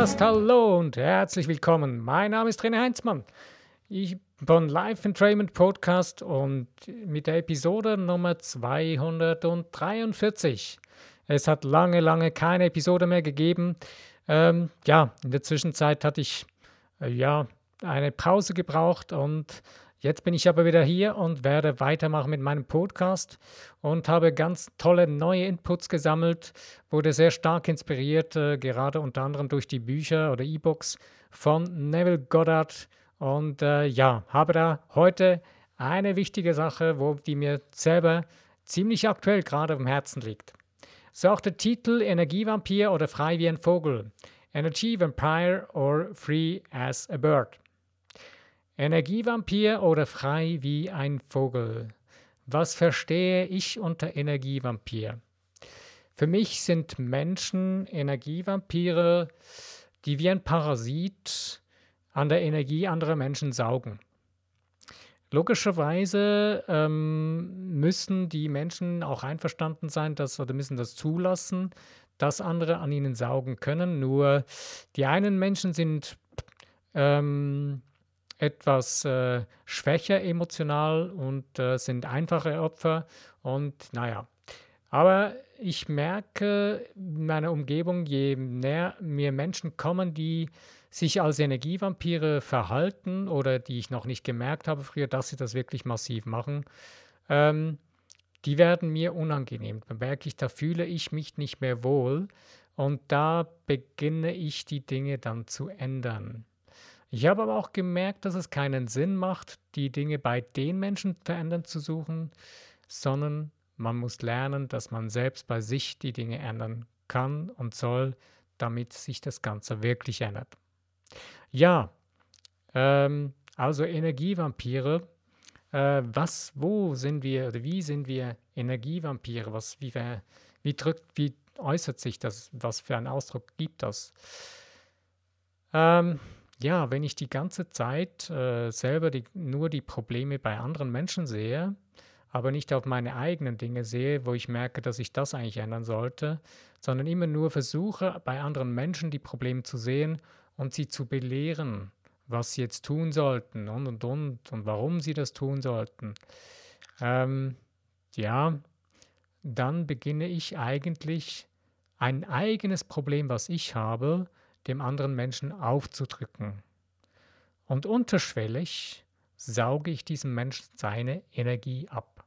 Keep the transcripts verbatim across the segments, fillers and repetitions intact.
Podcast. Hallo und herzlich willkommen. Mein Name ist René Heinzmann. Ich bin Life Entrainment Podcast und mit der Episode Nummer zweihundertdreiundvierzig. Es hat lange, lange keine Episode mehr gegeben. Ähm, ja, in der Zwischenzeit hatte ich äh, ja eine Pause gebraucht und jetzt bin ich aber wieder hier und werde weitermachen mit meinem Podcast und habe ganz tolle neue Inputs gesammelt, wurde sehr stark inspiriert, äh, gerade unter anderem durch die Bücher oder E-Books von Neville Goddard. Und äh, ja, habe da heute eine wichtige Sache, wo die mir selber ziemlich aktuell gerade am Herzen liegt. So auch der Titel Energievampir oder frei wie ein Vogel. Energy Vampire or Free as a Bird. Energievampir oder frei wie ein Vogel. Was verstehe ich unter Energievampir? Für mich sind Menschen Energievampire, die wie ein Parasit an der Energie anderer Menschen saugen. Logischerweise ähm, müssen die Menschen auch einverstanden sein, dass, oder müssen das zulassen, dass andere an ihnen saugen können. Nur die einen Menschen sind ähm, etwas äh, schwächer emotional und äh, sind einfache Opfer. Und naja, aber ich merke in meiner Umgebung, je näher mir Menschen kommen, die sich als Energievampire verhalten oder die ich noch nicht gemerkt habe früher, dass sie das wirklich massiv machen, ähm, die werden mir unangenehm. Da merke ich, da fühle ich mich nicht mehr wohl und da beginne ich die Dinge dann zu ändern. Ich habe aber auch gemerkt, dass es keinen Sinn macht, die Dinge bei den Menschen verändern zu suchen, sondern man muss lernen, dass man selbst bei sich die Dinge ändern kann und soll, damit sich das Ganze wirklich ändert. Ja, ähm, also Energievampire. Äh, was, wo sind wir oder wie sind wir Energievampire? Was, wie, wer- wie drückt, wie äußert sich das? Was für einen Ausdruck gibt das? Ähm, ja, wenn ich die ganze Zeit äh, selber die, nur die Probleme bei anderen Menschen sehe, aber nicht auf meine eigenen Dinge sehe, wo ich merke, dass ich das eigentlich ändern sollte, sondern immer nur versuche, bei anderen Menschen die Probleme zu sehen und sie zu belehren, was sie jetzt tun sollten und und und und warum sie das tun sollten. Ähm, ja, dann beginne ich eigentlich ein eigenes Problem, was ich habe, dem anderen Menschen aufzudrücken. Und unterschwellig sauge ich diesem Menschen seine Energie ab.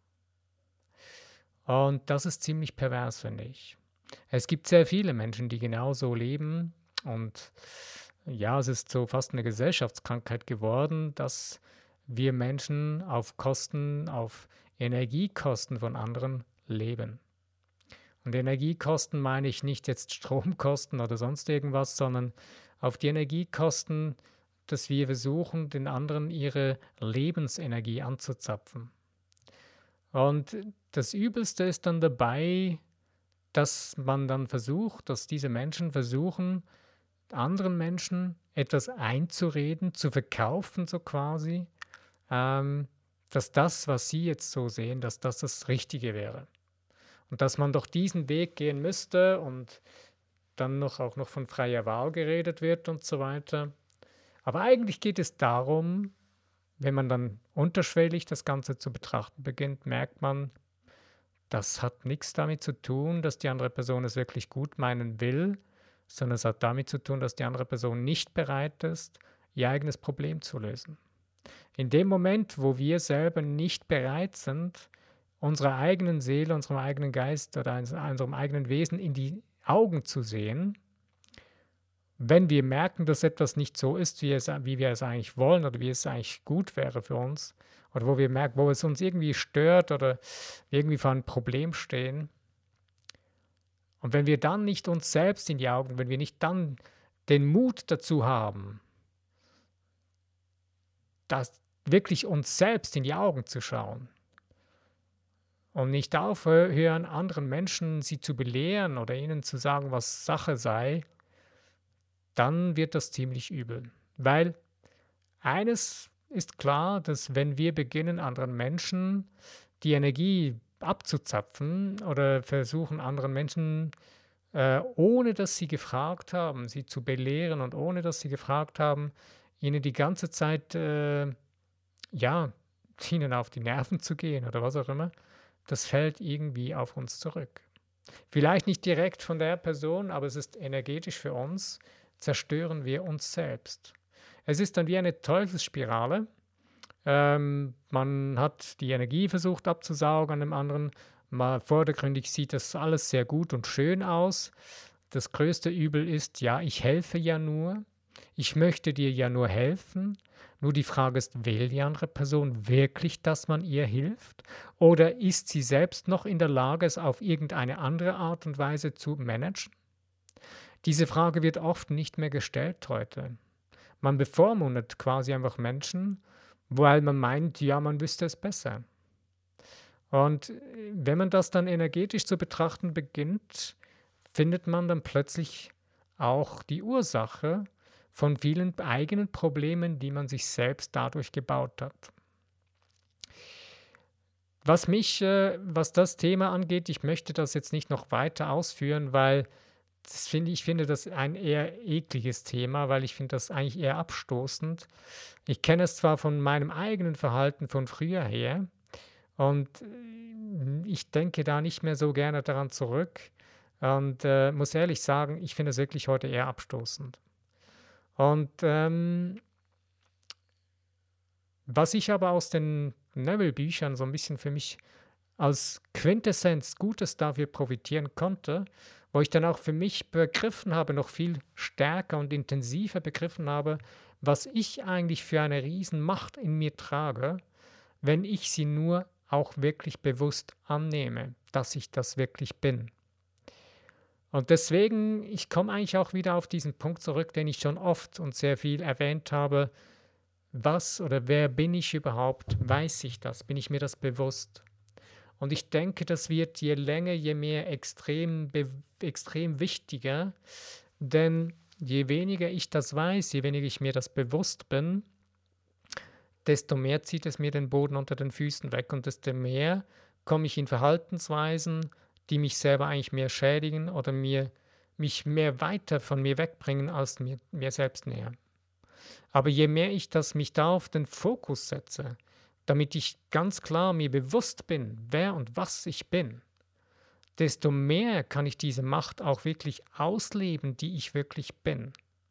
Und das ist ziemlich pervers, finde ich. Es gibt sehr viele Menschen, die genauso leben. Und ja, es ist so fast eine Gesellschaftskrankheit geworden, dass wir Menschen auf Kosten, auf Energiekosten von anderen leben. Und Energiekosten meine ich nicht jetzt Stromkosten oder sonst irgendwas, sondern auf die Energiekosten, dass wir versuchen, den anderen ihre Lebensenergie anzuzapfen. Und das Übelste ist dann dabei, dass man dann versucht, dass diese Menschen versuchen, anderen Menschen etwas einzureden, zu verkaufen, so quasi, ähm, dass das, was sie jetzt so sehen, dass das das Richtige wäre. Und dass man doch diesen Weg gehen müsste und dann noch auch noch von freier Wahl geredet wird und so weiter. Aber eigentlich geht es darum, wenn man dann unterschwellig das Ganze zu betrachten beginnt, merkt man, das hat nichts damit zu tun, dass die andere Person es wirklich gut meinen will, sondern es hat damit zu tun, dass die andere Person nicht bereit ist, ihr eigenes Problem zu lösen. In dem Moment, wo wir selber nicht bereit sind, unserer eigenen Seele, unserem eigenen Geist oder unserem eigenen Wesen in die Augen zu sehen, wenn wir merken, dass etwas nicht so ist, wie, es, wie wir es eigentlich wollen oder wie es eigentlich gut wäre für uns, oder wo wir merken, wo es uns irgendwie stört oder wir irgendwie vor einem Problem stehen, und wenn wir dann nicht uns selbst in die Augen, wenn wir nicht dann den Mut dazu haben, das wirklich uns selbst in die Augen zu schauen und nicht aufhören, anderen Menschen sie zu belehren oder ihnen zu sagen, was Sache sei, dann wird das ziemlich übel. Weil eines ist klar, dass wenn wir beginnen, anderen Menschen die Energie abzuzapfen oder versuchen, anderen Menschen äh, ohne dass sie gefragt haben, sie zu belehren und ohne dass sie gefragt haben, ihnen die ganze Zeit, äh, ja, ihnen auf die Nerven zu gehen oder was auch immer, das fällt irgendwie auf uns zurück. Vielleicht nicht direkt von der Person, aber es ist energetisch für uns, zerstören wir uns selbst. Es ist dann wie eine Teufelsspirale. Ähm, man hat die Energie versucht abzusaugen an dem anderen. Mal vordergründig sieht das alles sehr gut und schön aus. Das größte Übel ist, ja, ich helfe ja nur. Ich möchte dir ja nur helfen. Nur die Frage ist, will die andere Person wirklich, dass man ihr hilft? Oder ist sie selbst noch in der Lage, es auf irgendeine andere Art und Weise zu managen? Diese Frage wird oft nicht mehr gestellt heute. Man bevormundet quasi einfach Menschen, weil man meint, ja, man wüsste es besser. Und äh, wenn man das dann energetisch zu betrachten beginnt, findet man dann plötzlich auch die Ursache von vielen eigenen Problemen, die man sich selbst dadurch gebaut hat. Was mich, äh, was das Thema angeht, ich möchte das jetzt nicht noch weiter ausführen, weil das finde ich finde das ein eher ekliges Thema, weil ich finde das eigentlich eher abstoßend. Ich kenne es zwar von meinem eigenen Verhalten von früher her und äh, ich denke da nicht mehr so gerne daran zurück und äh, muss ehrlich sagen, ich finde es wirklich heute eher abstoßend. Und ähm, was ich aber aus den Neville-Büchern so ein bisschen für mich als Quintessenz Gutes dafür profitieren konnte, wo ich dann auch für mich begriffen habe, noch viel stärker und intensiver begriffen habe, was ich eigentlich für eine Riesenmacht in mir trage, wenn ich sie nur auch wirklich bewusst annehme, dass ich das wirklich bin. Und deswegen, ich komme eigentlich auch wieder auf diesen Punkt zurück, den ich schon oft und sehr viel erwähnt habe. Was oder wer bin ich überhaupt? Weiß ich das? Bin ich mir das bewusst? Und ich denke, das wird je länger, je mehr extrem, extrem wichtiger, denn je weniger ich das weiß, je weniger ich mir das bewusst bin, desto mehr zieht es mir den Boden unter den Füßen weg und desto mehr komme ich in Verhaltensweisen, die mich selber eigentlich mehr schädigen oder mir, mich mehr weiter von mir wegbringen als mir, mir selbst näher. Aber je mehr ich das mich da auf den Fokus setze, damit ich ganz klar mir bewusst bin, wer und was ich bin, desto mehr kann ich diese Macht auch wirklich ausleben, die ich wirklich bin.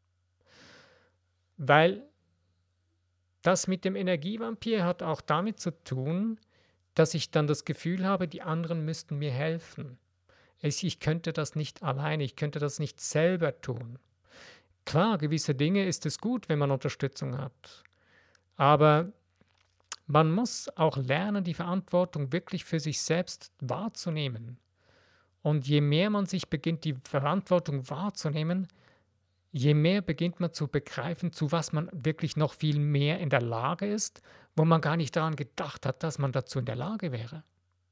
Weil das mit dem Energievampir hat auch damit zu tun, dass ich dann das Gefühl habe, die anderen müssten mir helfen. Ich könnte das nicht alleine, ich könnte das nicht selber tun. Klar, gewisse Dinge ist es gut, wenn man Unterstützung hat. Aber man muss auch lernen, die Verantwortung wirklich für sich selbst wahrzunehmen. Und je mehr man sich beginnt, die Verantwortung wahrzunehmen, je mehr beginnt man zu begreifen, zu was man wirklich noch viel mehr in der Lage ist, wo man gar nicht daran gedacht hat, dass man dazu in der Lage wäre.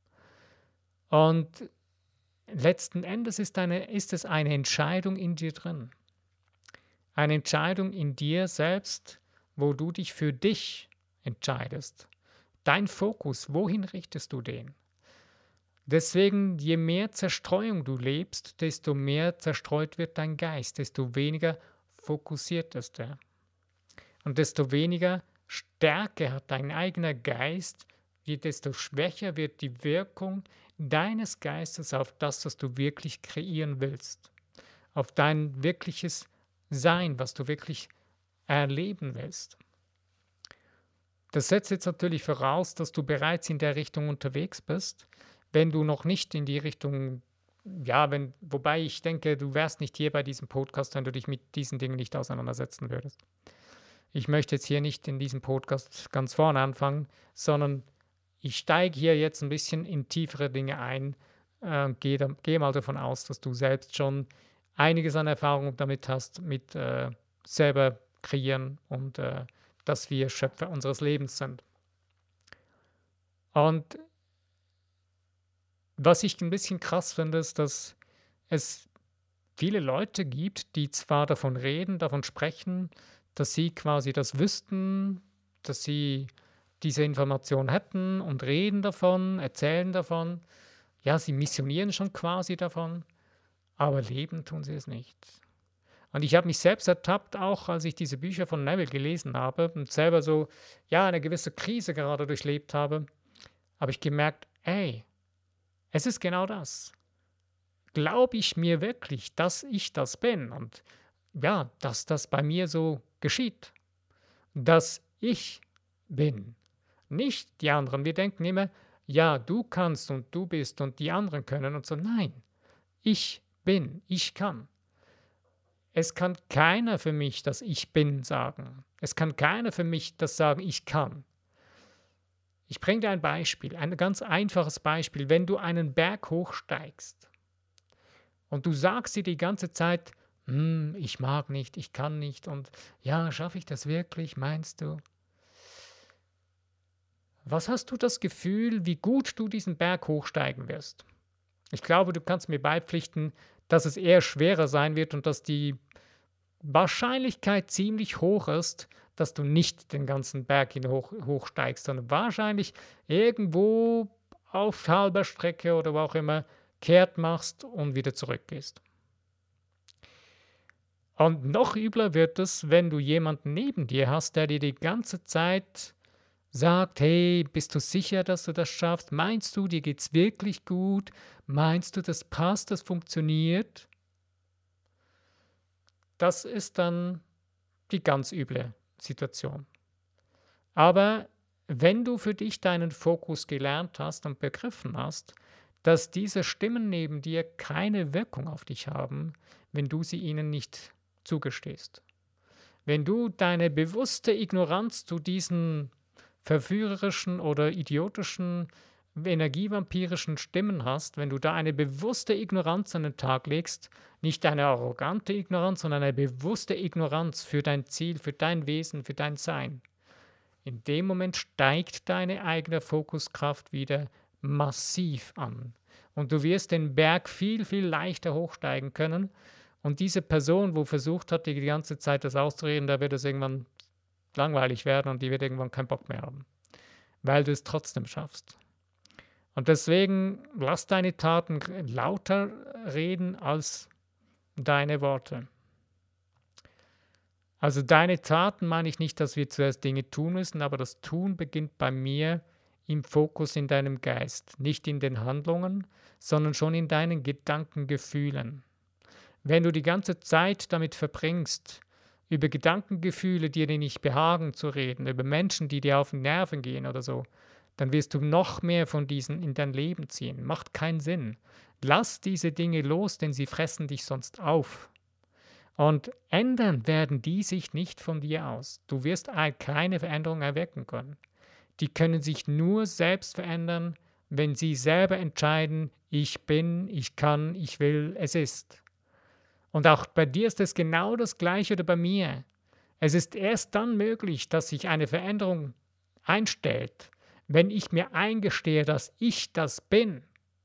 Und letzten Endes ist, eine, ist es eine Entscheidung in dir drin. Eine Entscheidung in dir selbst, wo du dich für dich entscheidest. Dein Fokus, wohin richtest du den? Deswegen, je mehr Zerstreuung du lebst, desto mehr zerstreut wird dein Geist, desto weniger fokussiert ist er. Und desto weniger Stärke hat dein eigener Geist, desto schwächer wird die Wirkung deines Geistes auf das, was du wirklich kreieren willst. Auf dein wirkliches Sein, was du wirklich erleben willst. Das setzt jetzt natürlich voraus, dass du bereits in der Richtung unterwegs bist. Wenn du noch nicht in die Richtung, ja, wenn, wobei ich denke, du wärst nicht hier bei diesem Podcast, wenn du dich mit diesen Dingen nicht auseinandersetzen würdest. Ich möchte jetzt hier nicht in diesem Podcast ganz vorne anfangen, sondern ich steige hier jetzt ein bisschen in tiefere Dinge ein äh, und gehe, gehe mal davon aus, dass du selbst schon einiges an Erfahrung damit hast, mit äh, selber kreieren und äh, dass wir Schöpfer unseres Lebens sind. Und was ich ein bisschen krass finde, ist, dass es viele Leute gibt, die zwar davon reden, davon sprechen, dass sie quasi das wüssten, dass sie diese Information hätten und reden davon, erzählen davon. Ja, sie missionieren schon quasi davon. aber leben tun sie es nicht. Und ich habe mich selbst ertappt, auch als ich diese Bücher von Neville gelesen habe und selber so, ja, eine gewisse Krise gerade durchlebt habe, habe ich gemerkt, ey, es ist genau das. Glaube ich mir wirklich, dass ich das bin und ja, dass das bei mir so geschieht, dass ich bin, nicht die anderen. Wir denken immer, ja, du kannst und du bist und die anderen können und so. Nein, ich bin, ich kann. Es kann keiner für mich das Ich bin sagen. Es kann keiner für mich das sagen, ich kann. Ich bringe dir ein Beispiel, ein ganz einfaches Beispiel. Wenn du einen Berg hochsteigst und du sagst dir die ganze Zeit, hm, ich mag nicht, ich kann nicht und ja, schaffe ich das wirklich, meinst du? Was hast du das Gefühl, wie gut du diesen Berg hochsteigen wirst? Ich glaube, du kannst mir beipflichten, dass es eher schwerer sein wird und dass die Wahrscheinlichkeit ziemlich hoch ist, dass du nicht den ganzen Berg hin hoch, hochsteigst, sondern wahrscheinlich irgendwo auf halber Strecke oder wo auch immer kehrt machst und wieder zurückgehst. Und noch übler wird es, wenn du jemanden neben dir hast, der dir die ganze Zeit sagt, hey, bist du sicher, dass du das schaffst? Meinst du, dir geht's wirklich gut? Meinst du, das passt, das funktioniert? Das ist dann die ganz üble Situation. Aber wenn du für dich deinen Fokus gelernt hast und begriffen hast, dass diese Stimmen neben dir keine Wirkung auf dich haben, wenn du sie ihnen nicht zugestehst. Wenn du deine bewusste Ignoranz zu diesen verführerischen oder idiotischen, energievampirischen Stimmen hast, wenn du da eine bewusste Ignoranz an den Tag legst, nicht eine arrogante Ignoranz, sondern eine bewusste Ignoranz für dein Ziel, für dein Wesen, für dein Sein. In dem Moment steigt deine eigene Fokuskraft wieder massiv an. Und du wirst den Berg viel, viel leichter hochsteigen können. Und diese Person, wo versucht hat, die ganze Zeit das auszureden, da wird es irgendwann langweilig werden und die wird irgendwann keinen Bock mehr haben. Weil du es trotzdem schaffst. Und deswegen lass deine Taten lauter reden als deine Worte. Also deine Taten meine ich nicht, dass wir zuerst Dinge tun müssen, aber das Tun beginnt bei mir im Fokus in deinem Geist, nicht in den Handlungen, sondern schon in deinen Gedanken, Gefühlen. Wenn du die ganze Zeit damit verbringst, über Gedankengefühle, die dir nicht behagen zu reden, über Menschen, die dir auf den Nerven gehen oder so, dann wirst du noch mehr von diesen in dein Leben ziehen. Macht keinen Sinn. Lass diese Dinge los, denn sie fressen dich sonst auf. Und ändern werden die sich nicht von dir aus. Du wirst keine Veränderung erwecken können. Die können sich nur selbst verändern, wenn sie selber entscheiden, ich bin, ich kann, ich will, es ist. Und auch bei dir ist es genau das Gleiche oder bei mir. Es ist erst dann möglich, dass sich eine Veränderung einstellt, wenn ich mir eingestehe, dass ich das bin.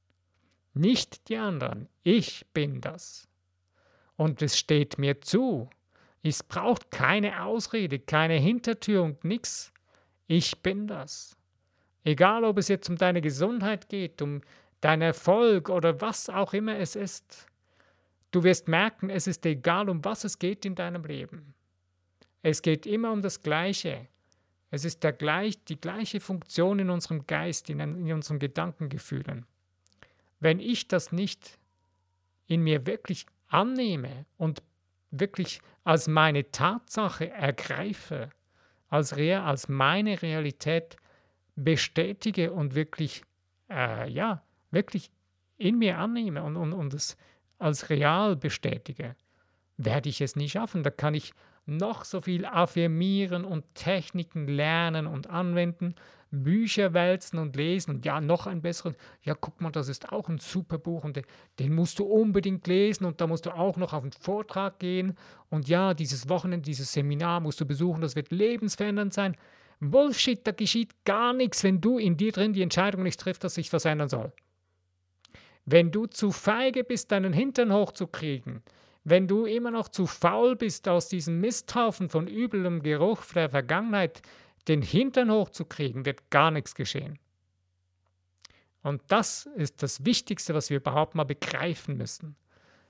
Nicht die anderen, ich bin das. Und es steht mir zu. Es braucht keine Ausrede, keine Hintertür und nichts. Ich bin das. Egal, ob es jetzt um deine Gesundheit geht, um deinen Erfolg oder was auch immer es ist. Du wirst merken, es ist egal, um was es geht in deinem Leben. Es geht immer um das Gleiche. Es ist der gleich, die gleiche Funktion in unserem Geist, in, in unseren Gedankengefühlen. Wenn ich das nicht in mir wirklich annehme und wirklich als meine Tatsache ergreife, als, real, als meine Realität bestätige und wirklich, äh, ja, wirklich in mir annehme und, und, und es als real bestätige, werde ich es nie schaffen. Da kann ich noch so viel affirmieren und Techniken lernen und anwenden, Bücher wälzen und lesen und ja, noch ein besseren, ja, guck mal, das ist auch ein super Buch und den, den musst du unbedingt lesen und da musst du auch noch auf einen Vortrag gehen und ja, dieses Wochenende, dieses Seminar musst du besuchen, das wird lebensverändernd sein. Bullshit, da geschieht gar nichts, wenn du in dir drin die Entscheidung nicht triffst, dass sich was ändern soll. Wenn du zu feige bist, deinen Hintern hochzukriegen, wenn du immer noch zu faul bist, aus diesem Misthaufen von üblem Geruch der Vergangenheit den Hintern hochzukriegen, wird gar nichts geschehen. Und das ist das Wichtigste, was wir überhaupt mal begreifen müssen.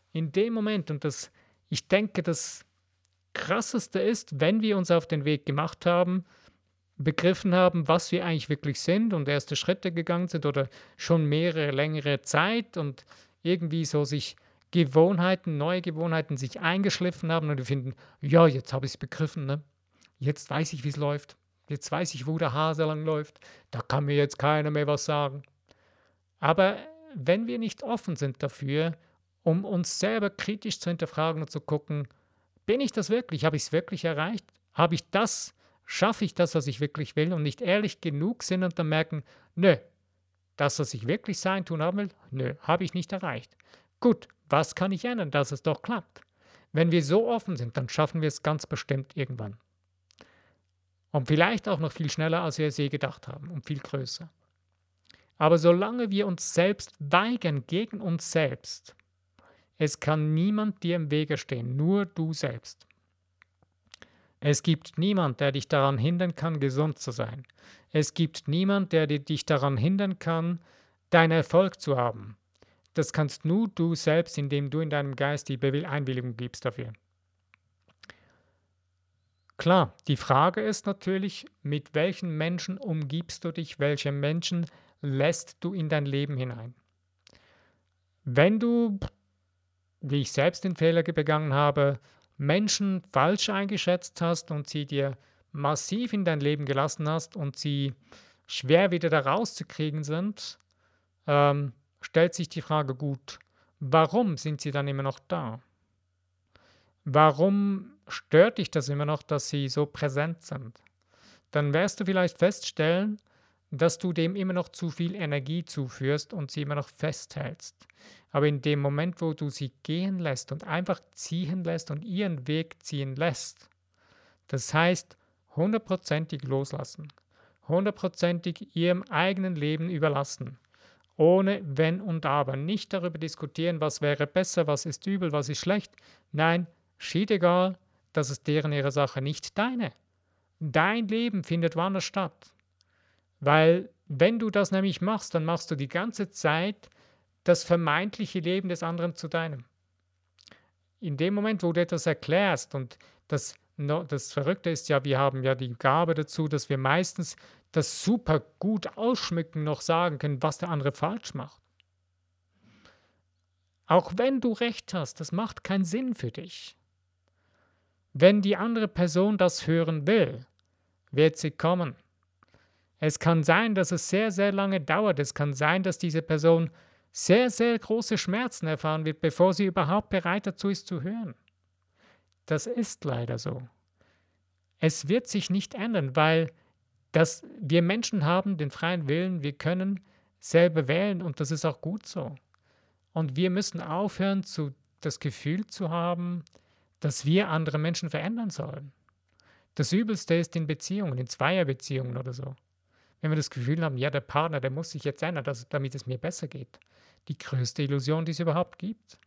in dem Moment, und das, ich denke, das Krasseste ist, wenn wir uns auf den Weg gemacht haben, begriffen haben, was wir eigentlich wirklich sind und erste Schritte gegangen sind oder schon mehrere längere Zeit und irgendwie so sich Gewohnheiten, neue Gewohnheiten sich eingeschliffen haben und wir finden, ja, jetzt habe ich es begriffen, ne? Jetzt weiß ich, wie es läuft. Jetzt weiß ich, wo der Hase lang läuft. Da kann mir jetzt keiner mehr was sagen. Aber wenn wir nicht offen sind dafür, um uns selber kritisch zu hinterfragen und zu gucken, bin ich das wirklich? Habe ich es wirklich erreicht? Habe ich das? Schaffe ich das, was ich wirklich will? Und nicht ehrlich genug sind und dann merken, nö, das, was ich wirklich sein, tun haben will, nö, habe ich nicht erreicht. Gut, was kann ich ändern, dass es doch klappt? Wenn wir so offen sind, dann schaffen wir es ganz bestimmt irgendwann. Und vielleicht auch noch viel schneller, als wir es je gedacht haben und viel größer. Aber solange wir uns selbst weigern gegen uns selbst, es kann niemand dir im Wege stehen, nur du selbst. Es gibt niemand, der dich daran hindern kann, gesund zu sein. Es gibt niemand, der dich daran hindern kann, deinen Erfolg zu haben. Das kannst nur du selbst, indem du in deinem Geist die Einwilligung gibst dafür. Klar, die Frage ist natürlich, mit welchen Menschen umgibst du dich, welche Menschen lässt du in dein Leben hinein? Wenn du, wie ich selbst den Fehler begangen habe, Menschen falsch eingeschätzt hast und sie dir massiv in dein Leben gelassen hast und sie schwer wieder da rauszukriegen sind, ähm, stellt sich die Frage, gut, warum sind sie dann immer noch da? Warum stört dich das immer noch, dass sie so präsent sind? Dann wirst du vielleicht feststellen, dass du dem immer noch zu viel Energie zuführst und sie immer noch festhältst. Aber in dem Moment, wo du sie gehen lässt und einfach ziehen lässt und ihren Weg ziehen lässt, das heißt hundertprozentig loslassen, hundertprozentig ihrem eigenen Leben überlassen, ohne Wenn und Aber, nicht darüber diskutieren, was wäre besser, was ist übel, was ist schlecht, nein, schied egal, das ist deren ihre Sache, nicht deine. Dein Leben findet woanders statt. Weil wenn du das nämlich machst, dann machst du die ganze Zeit das vermeintliche Leben des anderen zu deinem. In dem Moment, wo du etwas erklärst, und das, das Verrückte ist ja, wir haben ja die Gabe dazu, dass wir meistens das super gut ausschmücken noch sagen können, was der andere falsch macht. Auch wenn du recht hast, das macht keinen Sinn für dich. Wenn die andere Person das hören will, wird sie kommen. Es kann sein, dass es sehr, sehr lange dauert. Es kann sein, dass diese Person sehr, sehr große Schmerzen erfahren wird, bevor sie überhaupt bereit dazu ist zu hören. Das ist leider so. Es wird sich nicht ändern, weil das, wir Menschen haben den freien Willen, wir können selber wählen und das ist auch gut so. Und wir müssen aufhören, zu, das Gefühl zu haben, dass wir andere Menschen verändern sollen. Das Übelste ist in Beziehungen, in Zweierbeziehungen oder so. Wenn wir das Gefühl haben, ja, der Partner, der muss sich jetzt ändern, dass, damit es mir besser geht. Die größte Illusion, die es überhaupt gibt.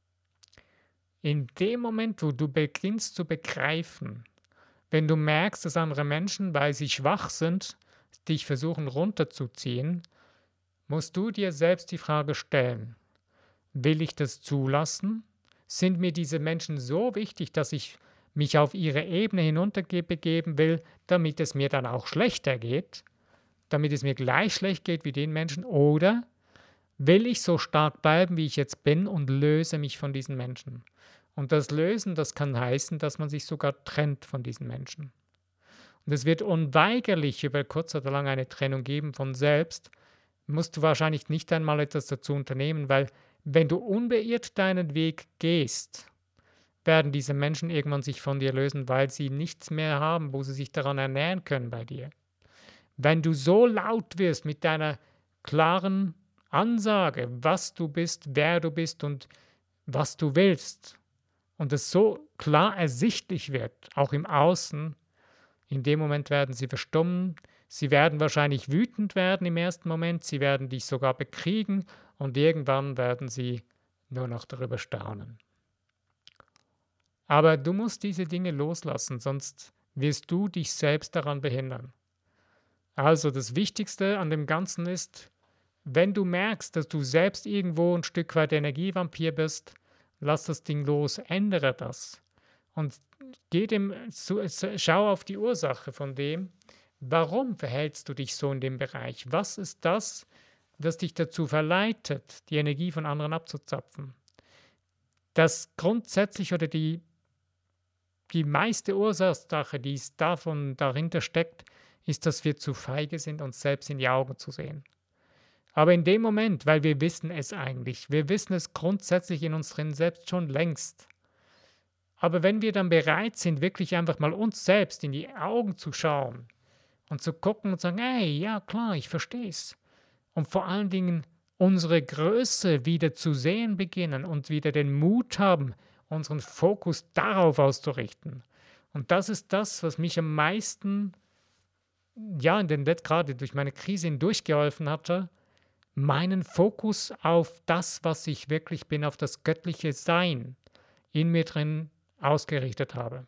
In dem Moment, wo du beginnst zu begreifen, wenn du merkst, dass andere Menschen, weil sie schwach sind, dich versuchen runterzuziehen, musst du dir selbst die Frage stellen, will ich das zulassen? Sind mir diese Menschen so wichtig, dass ich mich auf ihre Ebene hinunterbegeben will, damit es mir dann auch schlechter geht? Damit es mir gleich schlecht geht wie den Menschen? Oder will ich so stark bleiben, wie ich jetzt bin und löse mich von diesen Menschen? Und das Lösen, das kann heißen, dass man sich sogar trennt von diesen Menschen. Und es wird unweigerlich über kurz oder lang eine Trennung geben von selbst. Musst du wahrscheinlich nicht einmal etwas dazu unternehmen, weil wenn du unbeirrt deinen Weg gehst, werden diese Menschen irgendwann sich von dir lösen, weil sie nichts mehr haben, wo sie sich daran ernähren können bei dir. Wenn du so laut wirst mit deiner klaren Ansage, was du bist, wer du bist und was du willst, und es so klar ersichtlich wird, auch im Außen, in dem Moment werden sie verstummen, sie werden wahrscheinlich wütend werden im ersten Moment, sie werden dich sogar bekriegen und irgendwann werden sie nur noch darüber staunen. Aber du musst diese Dinge loslassen, sonst wirst du dich selbst daran behindern. Also das Wichtigste an dem Ganzen ist, wenn du merkst, dass du selbst irgendwo ein Stück weit Energievampir bist, lass das Ding los, ändere das. Und geh dem, so- so- schau auf die Ursache von dem, warum verhältst du dich so in dem Bereich? Was ist das, das dich dazu verleitet, die Energie von anderen abzuzapfen? Das grundsätzlich oder die, die meiste Ursache, die es davon dahinter steckt, ist, dass wir zu feige sind, uns selbst in die Augen zu sehen. Aber in dem Moment, weil wir wissen es eigentlich, wir wissen es grundsätzlich in uns drin selbst schon längst. Aber wenn wir dann bereit sind, wirklich einfach mal uns selbst in die Augen zu schauen und zu gucken und sagen, hey, ja klar, ich verstehe es. Und vor allen Dingen unsere Größe wieder zu sehen beginnen und wieder den Mut haben, unseren Fokus darauf auszurichten. Und das ist das, was mich am meisten, ja, in den, gerade durch meine Krise hindurch geholfen hatte, meinen Fokus auf das, was ich wirklich bin, auf das göttliche Sein in mir drin ausgerichtet habe.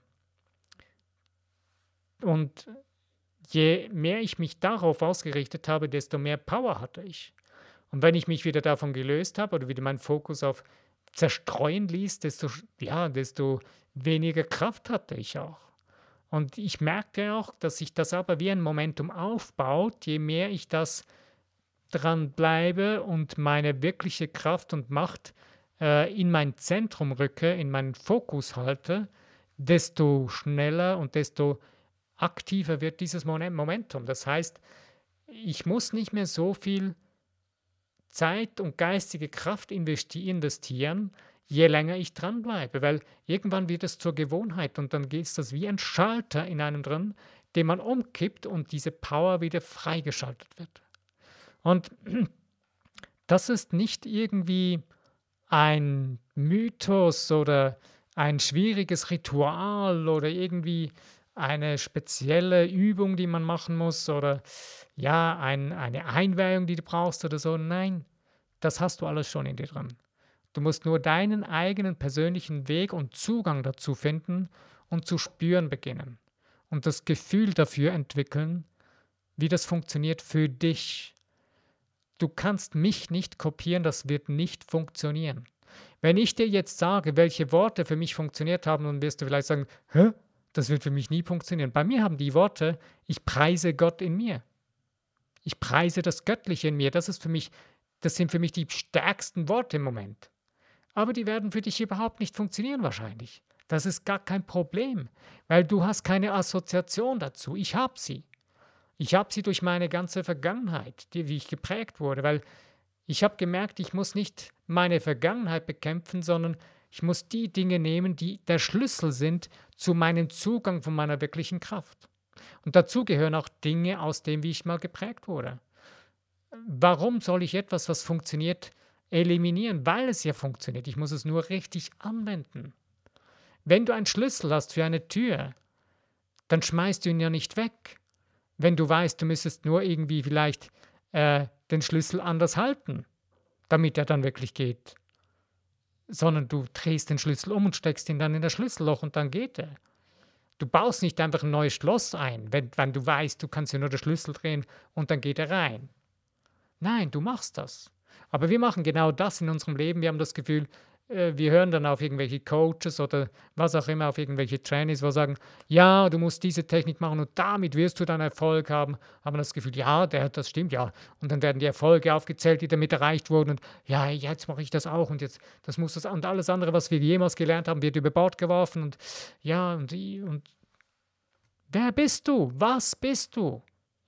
Und je mehr ich mich darauf ausgerichtet habe, desto mehr Power hatte ich. Und wenn ich mich wieder davon gelöst habe oder wieder meinen Fokus auf zerstreuen ließ, desto, ja, desto weniger Kraft hatte ich auch. Und ich merkte auch, dass sich das aber wie ein Momentum aufbaut, je mehr ich das dran bleibe und meine wirkliche Kraft und Macht äh, in mein Zentrum rücke, in meinen Fokus halte, desto schneller und desto aktiver wird dieses Momentum. Das heißt, ich muss nicht mehr so viel Zeit und geistige Kraft investieren, je länger ich dranbleibe, weil irgendwann wird es zur Gewohnheit und dann ist das wie ein Schalter in einem drin, den man umkippt und diese Power wieder freigeschaltet wird. Und das ist nicht irgendwie ein Mythos oder ein schwieriges Ritual oder irgendwie eine spezielle Übung, die man machen muss oder ja, ein, eine Einweihung, die du brauchst oder so. Nein, das hast du alles schon in dir drin. Du musst nur deinen eigenen persönlichen Weg und Zugang dazu finden und zu spüren beginnen und das Gefühl dafür entwickeln, wie das funktioniert für dich. Du kannst mich nicht kopieren, das wird nicht funktionieren. Wenn ich dir jetzt sage, welche Worte für mich funktioniert haben, dann wirst du vielleicht sagen, hä? Das wird für mich nie funktionieren. Bei mir haben die Worte, ich preise Gott in mir. Ich preise das Göttliche in mir. Das ist für mich, das sind für mich die stärksten Worte im Moment. Aber die werden für dich überhaupt nicht funktionieren wahrscheinlich. Das ist gar kein Problem, weil du hast keine Assoziation dazu. Ich habe sie. Ich habe sie durch meine ganze Vergangenheit, die, wie ich geprägt wurde, weil ich habe gemerkt, ich muss nicht meine Vergangenheit bekämpfen, sondern ich muss die Dinge nehmen, die der Schlüssel sind zu meinem Zugang von meiner wirklichen Kraft. Und dazu gehören auch Dinge aus dem, wie ich mal geprägt wurde. Warum soll ich etwas, was funktioniert, eliminieren? Weil es ja funktioniert. Ich muss es nur richtig anwenden. Wenn du einen Schlüssel hast für eine Tür, dann schmeißt du ihn ja nicht weg. Wenn du weißt, du müsstest nur irgendwie vielleicht äh, den Schlüssel anders halten, damit er dann wirklich geht. Sondern du drehst den Schlüssel um und steckst ihn dann in das Schlüsselloch und dann geht er. Du baust nicht einfach ein neues Schloss ein, wenn, wenn du weißt, du kannst ja nur den Schlüssel drehen und dann geht er rein. Nein, du machst das. Aber wir machen genau das in unserem Leben. Wir haben das Gefühl, äh, wir hören dann auf irgendwelche Coaches oder was auch immer, auf irgendwelche Trainings, wo sagen, ja, du musst diese Technik machen und damit wirst du dann Erfolg haben. Haben das Gefühl, ja, der, das stimmt, ja. Und dann werden die Erfolge aufgezählt, die damit erreicht wurden. Und ja, jetzt mache ich das auch und jetzt, das muss das und alles andere, was wir jemals gelernt haben, wird über Bord geworfen. Und ja, und, und wer bist du? Was bist du?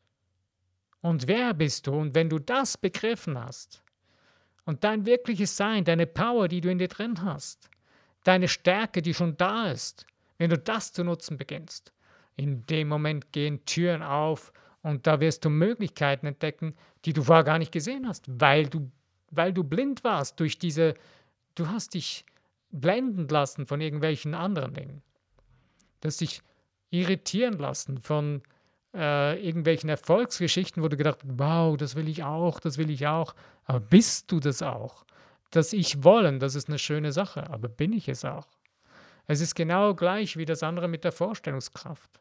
Und wer bist du? Und wenn du das begriffen hast und dein wirkliches Sein, deine Power, die du in dir drin hast, deine Stärke, die schon da ist, wenn du das zu nutzen beginnst, in dem Moment gehen Türen auf und da wirst du Möglichkeiten entdecken, die du vorher gar nicht gesehen hast, weil du, weil du blind warst durch diese, du hast dich blenden lassen von irgendwelchen anderen Dingen. Du hast dich irritieren lassen von äh, irgendwelchen Erfolgsgeschichten, wo du gedacht hast, wow, das will ich auch, das will ich auch. Aber bist du das auch? Das Ich wollen, das ist eine schöne Sache, aber bin ich es auch? Es ist genau gleich wie das andere mit der Vorstellungskraft.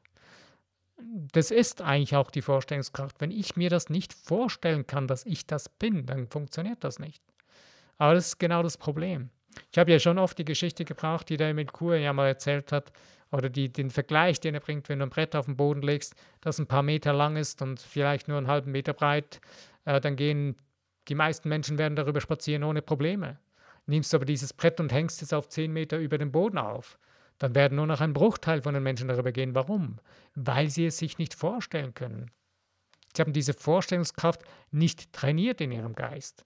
Das ist eigentlich auch die Vorstellungskraft. Wenn ich mir das nicht vorstellen kann, dass ich das bin, dann funktioniert das nicht. Aber das ist genau das Problem. Ich habe ja schon oft die Geschichte gebracht, die der Emil Kur ja mal erzählt hat, oder die, den Vergleich, den er bringt, wenn du ein Brett auf den Boden legst, das ein paar Meter lang ist und vielleicht nur einen halben Meter breit, äh, dann gehen die meisten Menschen werden darüber spazieren ohne Probleme. Nimmst aber dieses Brett und hängst es auf zehn Meter über den Boden auf, dann werden nur noch ein Bruchteil von den Menschen darüber gehen. Warum? Weil sie es sich nicht vorstellen können. Sie haben diese Vorstellungskraft nicht trainiert in ihrem Geist.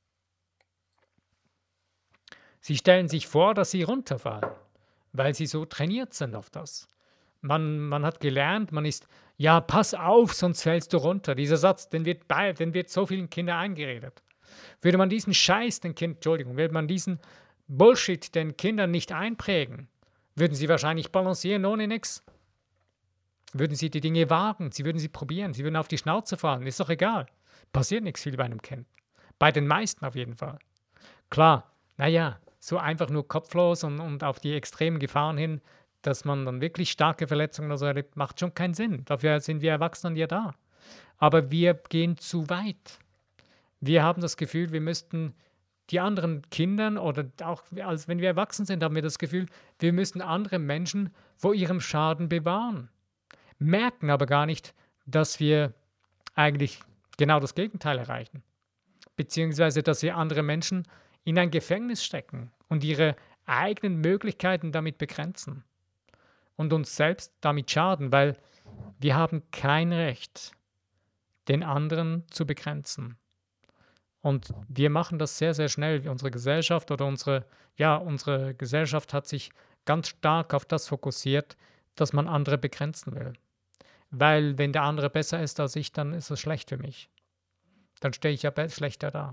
Sie stellen sich vor, dass sie runterfallen, weil sie so trainiert sind auf das. Man, man hat gelernt, man ist, ja, pass auf, sonst fällst du runter. Dieser Satz, den wird, bei, den wird so vielen Kindern eingeredet. Würde man diesen Scheiß den Kindern, Entschuldigung, würde man diesen Bullshit den Kindern nicht einprägen, würden sie wahrscheinlich balancieren ohne nichts. Würden sie die Dinge wagen, sie würden sie probieren, sie würden auf die Schnauze fallen, ist doch egal. Passiert nichts viel bei einem Kind. Bei den meisten auf jeden Fall. Klar, naja, so einfach nur kopflos und, und auf die extremen Gefahren hin, dass man dann wirklich starke Verletzungen oder so erlebt, macht schon keinen Sinn. Dafür sind wir Erwachsenen ja da. Aber wir gehen zu weit. Wir haben das Gefühl, wir müssten die anderen Kindern oder auch als wenn wir erwachsen sind, haben wir das Gefühl, wir müssten andere Menschen vor ihrem Schaden bewahren. Merken aber gar nicht, dass wir eigentlich genau das Gegenteil erreichen. Beziehungsweise, dass wir andere Menschen in ein Gefängnis stecken und ihre eigenen Möglichkeiten damit begrenzen und uns selbst damit schaden, weil wir haben kein Recht, den anderen zu begrenzen. Und wir machen das sehr, sehr schnell. Unsere Gesellschaft oder unsere, ja, unsere Gesellschaft hat sich ganz stark auf das fokussiert, dass man andere begrenzen will. Weil wenn der andere besser ist als ich, dann ist es schlecht für mich. Dann stehe ich ja schlechter da.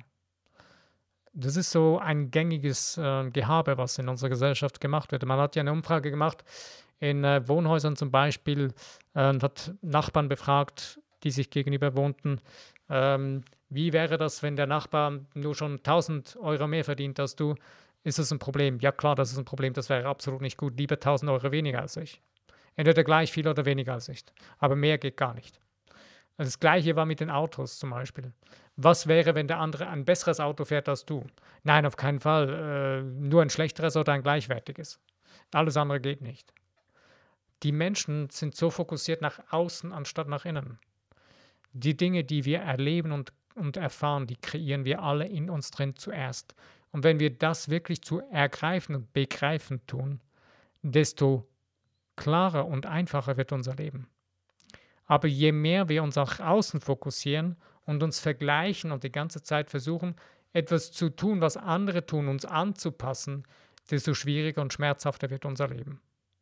Das ist so ein gängiges äh, Gehabe, was in unserer Gesellschaft gemacht wird. Man hat ja eine Umfrage gemacht in äh, Wohnhäusern zum Beispiel äh, und hat Nachbarn befragt, die sich gegenüber wohnten. Ähm, wie wäre das, wenn der Nachbar nur schon tausend Euro mehr verdient als du? Ist das ein Problem? Ja klar, das ist ein Problem, das wäre absolut nicht gut. Lieber tausend Euro weniger als ich. Entweder gleich viel oder weniger als ich. Aber mehr geht gar nicht. Das Gleiche war mit den Autos zum Beispiel. Was wäre, wenn der andere ein besseres Auto fährt als du? Nein, auf keinen Fall. Äh, nur ein schlechteres oder ein gleichwertiges. Alles andere geht nicht. Die Menschen sind so fokussiert nach außen anstatt nach innen. Die Dinge, die wir erleben und, und erfahren, die kreieren wir alle in uns drin zuerst. Und wenn wir das wirklich zu ergreifen und begreifen tun, desto klarer und einfacher wird unser Leben. Aber je mehr wir uns nach außen fokussieren und uns vergleichen und die ganze Zeit versuchen, etwas zu tun, was andere tun, uns anzupassen, desto schwieriger und schmerzhafter wird unser Leben.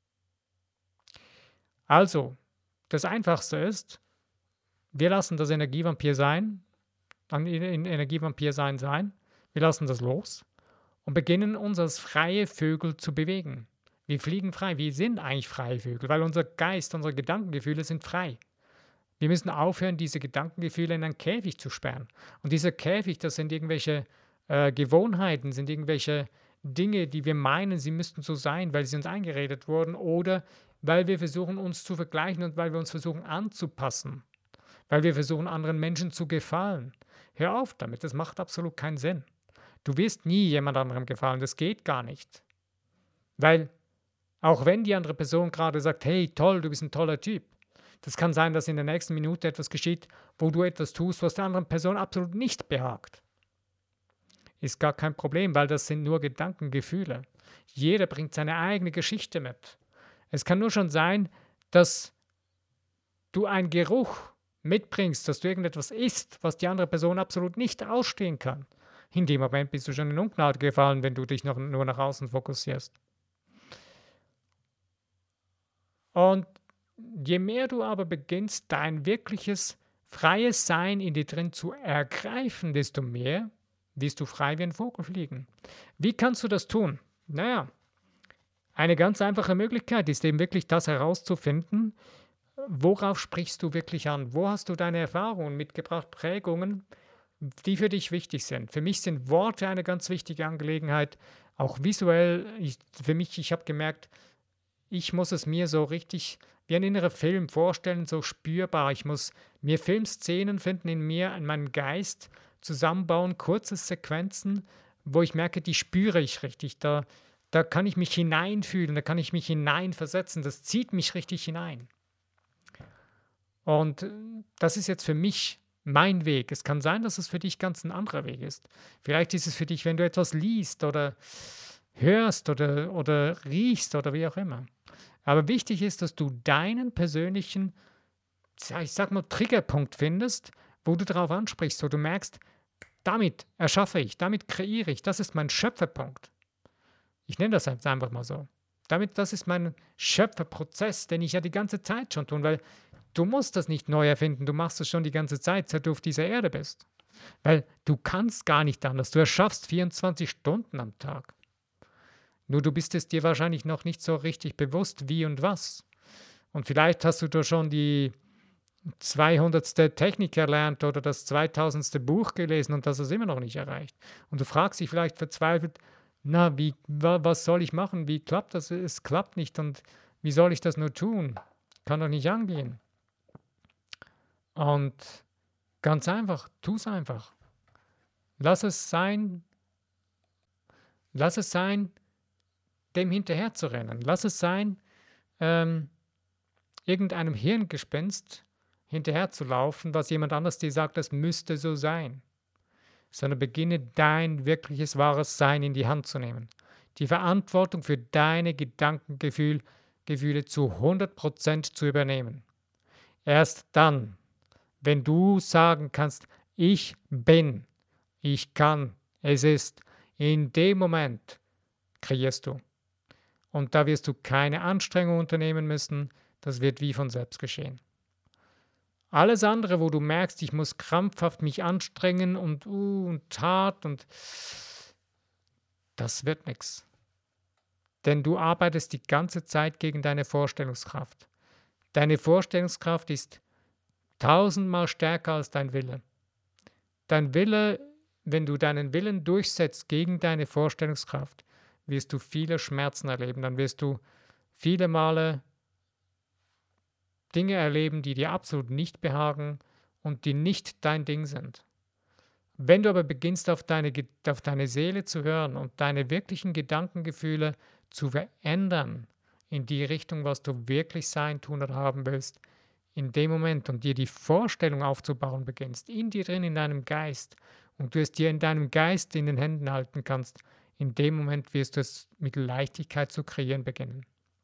Also, das Einfachste ist, wir lassen das Energievampir sein, dann in Energievampir sein sein, wir lassen das los und beginnen uns als freie Vögel zu bewegen. Wir fliegen frei, wir sind eigentlich freie Vögel, weil unser Geist, unsere Gedankengefühle sind frei. Wir müssen aufhören, diese Gedankengefühle in einen Käfig zu sperren. Und dieser Käfig, das sind irgendwelche äh, Gewohnheiten, sind irgendwelche Dinge, die wir meinen, sie müssten so sein, weil sie uns eingeredet wurden oder weil wir versuchen, uns zu vergleichen und weil wir uns versuchen anzupassen, weil wir versuchen, anderen Menschen zu gefallen. Hör auf damit, das macht absolut keinen Sinn. Du wirst nie jemand anderem gefallen, das geht gar nicht. Weil auch wenn die andere Person gerade sagt, hey, toll, du bist ein toller Typ, das kann sein, dass in der nächsten Minute etwas geschieht, wo du etwas tust, was der anderen Person absolut nicht behagt. Ist gar kein Problem, weil das sind nur Gedankengefühle. Jeder bringt seine eigene Geschichte mit. Es kann nur schon sein, dass du einen Geruch mitbringst, dass du irgendetwas isst, was die andere Person absolut nicht ausstehen kann. In dem Moment bist du schon in Ungnade gefallen, wenn du dich noch, nur nach außen fokussierst. Und je mehr du aber beginnst, dein wirkliches freies Sein in dir drin zu ergreifen, desto mehr wirst du frei wie ein Vogel fliegen. Wie kannst du das tun? Naja, eine ganz einfache Möglichkeit ist eben wirklich das herauszufinden, worauf sprichst du wirklich an? Wo hast du deine Erfahrungen mitgebracht, Prägungen, die für dich wichtig sind? Für mich sind Worte eine ganz wichtige Angelegenheit, auch visuell. Ich, für mich, ich habe gemerkt, ich muss es mir so richtig wie ein innerer Film vorstellen, so spürbar. Ich muss mir Filmszenen finden in mir, in meinem Geist, zusammenbauen, kurze Sequenzen, wo ich merke, die spüre ich richtig. Da, da kann ich mich hineinfühlen, da kann ich mich hineinversetzen. Das zieht mich richtig hinein. Und äh, das ist jetzt für mich mein Weg. Es kann sein, dass es für dich ganz ein anderer Weg ist. Vielleicht ist es für dich, wenn du etwas liest oder hörst oder, oder riechst oder wie auch immer. Aber wichtig ist, dass du deinen persönlichen, ja, ich sag mal, Triggerpunkt findest, wo du darauf ansprichst, wo du merkst, damit erschaffe ich, damit kreiere ich, das ist mein Schöpferpunkt. Ich nenne das jetzt einfach mal so. Damit, das ist mein Schöpferprozess, den ich ja die ganze Zeit schon tue, weil du musst das nicht neu erfinden, du machst es schon die ganze Zeit, seit du auf dieser Erde bist. Weil du kannst gar nicht anders, du erschaffst vierundzwanzig Stunden am Tag. Nur du bist es dir wahrscheinlich noch nicht so richtig bewusst, wie und was. Und vielleicht hast du da schon die zweihundertste Technik erlernt oder das zweitausendste Buch gelesen und das ist immer noch nicht erreicht. Und du fragst dich vielleicht verzweifelt, na, wie, wa, was soll ich machen? Wie klappt das? Es klappt nicht und wie soll ich das nur tun? Kann doch nicht angehen. Und ganz einfach, tu es einfach. Lass es sein, lass es sein, dem hinterher zu rennen. Lass es sein, ähm, irgendeinem Hirngespenst hinterher zu laufen, was jemand anders dir sagt, das müsste so sein. Sondern beginne dein wirkliches, wahres Sein in die Hand zu nehmen. Die Verantwortung für deine Gedankengefühle Gefühle zu hundert Prozent zu übernehmen. Erst dann, wenn du sagen kannst, ich bin, ich kann, es ist, in dem Moment kreierst du. Und da wirst du keine Anstrengung unternehmen müssen, das wird wie von selbst geschehen. Alles andere, wo du merkst, ich muss krampfhaft mich anstrengen und uh, und hart und das wird nichts. Denn du arbeitest die ganze Zeit gegen deine Vorstellungskraft. Deine Vorstellungskraft ist tausendmal stärker als dein Wille. Dein Wille, wenn du deinen Willen durchsetzt gegen deine Vorstellungskraft, wirst du viele Schmerzen erleben. Dann wirst du viele Male Dinge erleben, die dir absolut nicht behagen und die nicht dein Ding sind. Wenn du aber beginnst, auf deine, auf deine Seele zu hören und deine wirklichen Gedankengefühle zu verändern in die Richtung, was du wirklich sein, tun oder haben willst, in dem Moment und dir die Vorstellung aufzubauen beginnst, in dir drin, in deinem Geist, und du es dir in deinem Geist in den Händen halten kannst, in dem Moment wirst du es mit Leichtigkeit zu kreieren beginnen.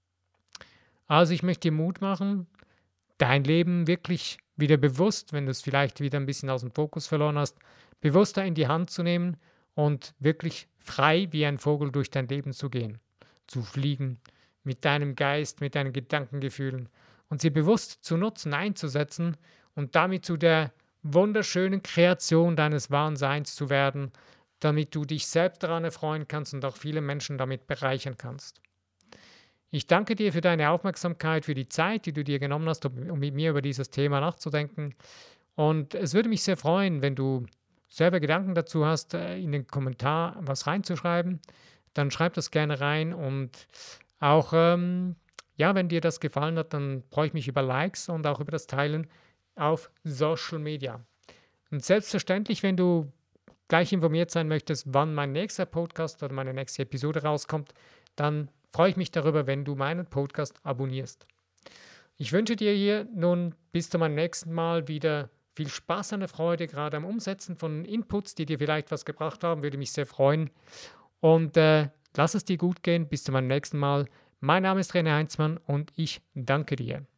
Also ich möchte dir Mut machen, dein Leben wirklich wieder bewusst, wenn du es vielleicht wieder ein bisschen aus dem Fokus verloren hast, bewusster in die Hand zu nehmen und wirklich frei wie ein Vogel durch dein Leben zu gehen, zu fliegen, mit deinem Geist, mit deinen Gedankengefühlen und sie bewusst zu nutzen, einzusetzen und damit zu der wunderschönen Kreation deines wahren Seins zu werden, damit du dich selbst daran erfreuen kannst und auch viele Menschen damit bereichern kannst. Ich danke dir für deine Aufmerksamkeit, für die Zeit, die du dir genommen hast, um, um mit mir über dieses Thema nachzudenken. Und es würde mich sehr freuen, wenn du selber Gedanken dazu hast, in den Kommentar was reinzuschreiben. Dann schreib das gerne rein. Und auch, ähm, ja, wenn dir das gefallen hat, dann freue ich mich über Likes und auch über das Teilen auf Social Media. Und selbstverständlich, wenn du gleich informiert sein möchtest, wann mein nächster Podcast oder meine nächste Episode rauskommt, dann freue ich mich darüber, wenn du meinen Podcast abonnierst. Ich wünsche dir hier nun bis zu meinem nächsten Mal wieder viel Spaß und Freude, gerade am Umsetzen von Inputs, die dir vielleicht was gebracht haben, würde mich sehr freuen. Und äh, lass es dir gut gehen, bis zu meinem nächsten Mal. Mein Name ist René Heinzmann und ich danke dir.